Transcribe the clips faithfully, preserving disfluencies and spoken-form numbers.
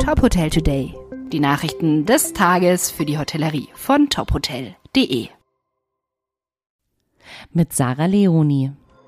Top Hotel Today. Die Nachrichten des Tages für die Hotellerie von top hotel punkt de. Mit Sarah Leoni.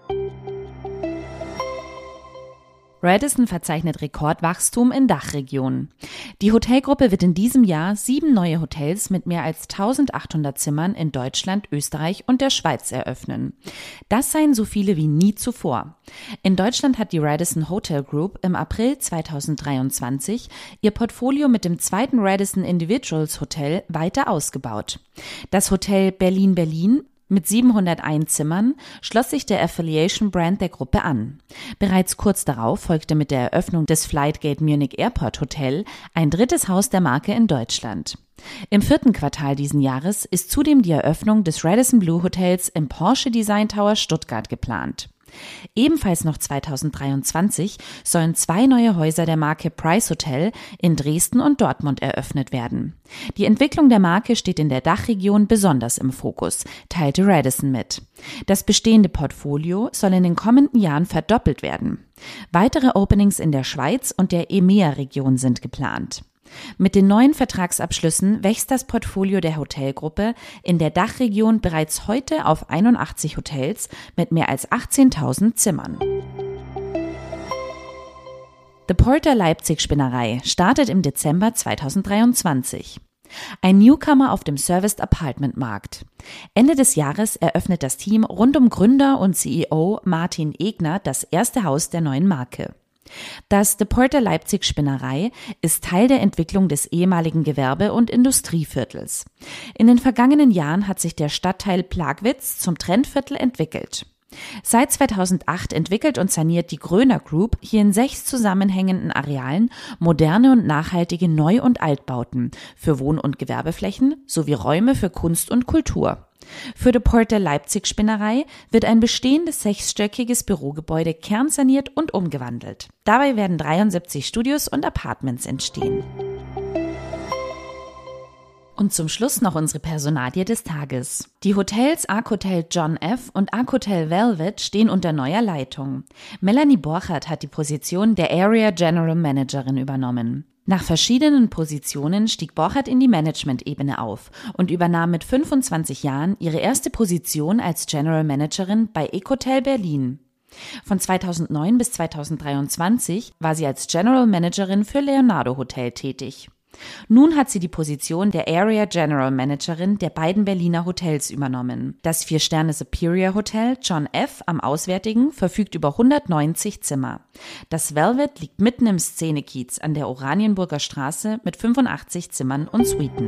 Radisson verzeichnet Rekordwachstum in Dachregionen. Die Hotelgruppe wird in diesem Jahr sieben neue Hotels mit mehr als eintausendachthundert Zimmern in Deutschland, Österreich und der Schweiz eröffnen. Das seien so viele wie nie zuvor. In Deutschland hat die Radisson Hotel Group im April zweitausenddreiundzwanzig ihr Portfolio mit dem zweiten Radisson Individuals Hotel weiter ausgebaut. Das Hotel Berlin-Berlin mit siebenhunderteins Zimmern schloss sich der Affiliation-Brand der Gruppe an. Bereits kurz darauf folgte mit der Eröffnung des Flightgate Munich Airport Hotel ein drittes Haus der Marke in Deutschland. Im vierten Quartal diesen Jahres ist zudem die Eröffnung des Radisson Blu Hotels im Porsche Design Tower Stuttgart geplant. Ebenfalls noch zweitausenddreiundzwanzig sollen zwei neue Häuser der Marke Price Hotel in Dresden und Dortmund eröffnet werden. Die Entwicklung der Marke steht in der Dachregion besonders im Fokus, teilte Radisson mit. Das bestehende Portfolio soll in den kommenden Jahren verdoppelt werden. Weitere Openings in der Schweiz und der E M E A-Region sind geplant. Mit den neuen Vertragsabschlüssen wächst das Portfolio der Hotelgruppe in der Dachregion bereits heute auf einundachtzig Hotels mit mehr als achtzehntausend Zimmern. The Porter Leipzig Spinnerei startet im Dezember zweitausenddreiundzwanzig. Ein Newcomer auf dem Serviced Apartment Markt. Ende des Jahres eröffnet das Team rund um Gründer und C E O Martin Egner das erste Haus der neuen Marke. Das The Porter Leipzig Spinnerei ist Teil der Entwicklung des ehemaligen Gewerbe- und Industrieviertels. In den vergangenen Jahren hat sich der Stadtteil Plagwitz zum Trendviertel entwickelt. Seit zweitausendacht entwickelt und saniert die Gröner Group hier in sechs zusammenhängenden Arealen moderne und nachhaltige Neu- und Altbauten für Wohn- und Gewerbeflächen sowie Räume für Kunst und Kultur. Für The Porter Leipzig Spinnerei wird ein bestehendes sechsstöckiges Bürogebäude kernsaniert und umgewandelt. Dabei werden dreiundsiebzig Studios und Apartments entstehen. Und zum Schluss noch unsere Personalie des Tages. Die Hotels Ark-Hotel John F. und Ark-Hotel Velvet stehen unter neuer Leitung. Melanie Borchert hat die Position der Area General Managerin übernommen. Nach verschiedenen Positionen stieg Borchert in die Management-Ebene auf und übernahm mit fünfundzwanzig Jahren ihre erste Position als General Managerin bei Ecotel Berlin. Von zweitausendneun bis zweitausenddreiundzwanzig war sie als General Managerin für Leonardo Hotel tätig. Nun hat sie die Position der Area General Managerin der beiden Berliner Hotels übernommen. Das Vier-Sterne Superior Hotel John F. am Auswärtigen verfügt über hundertneunzig Zimmer. Das Velvet liegt mitten im Szenekiez an der Oranienburger Straße mit fünfundachtzig Zimmern und Suiten.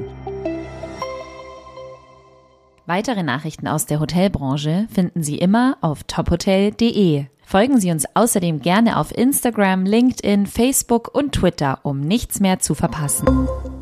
Weitere Nachrichten aus der Hotelbranche finden Sie immer auf top hotel punkt de. Folgen Sie uns außerdem gerne auf Instagram, LinkedIn, Facebook und Twitter, um nichts mehr zu verpassen.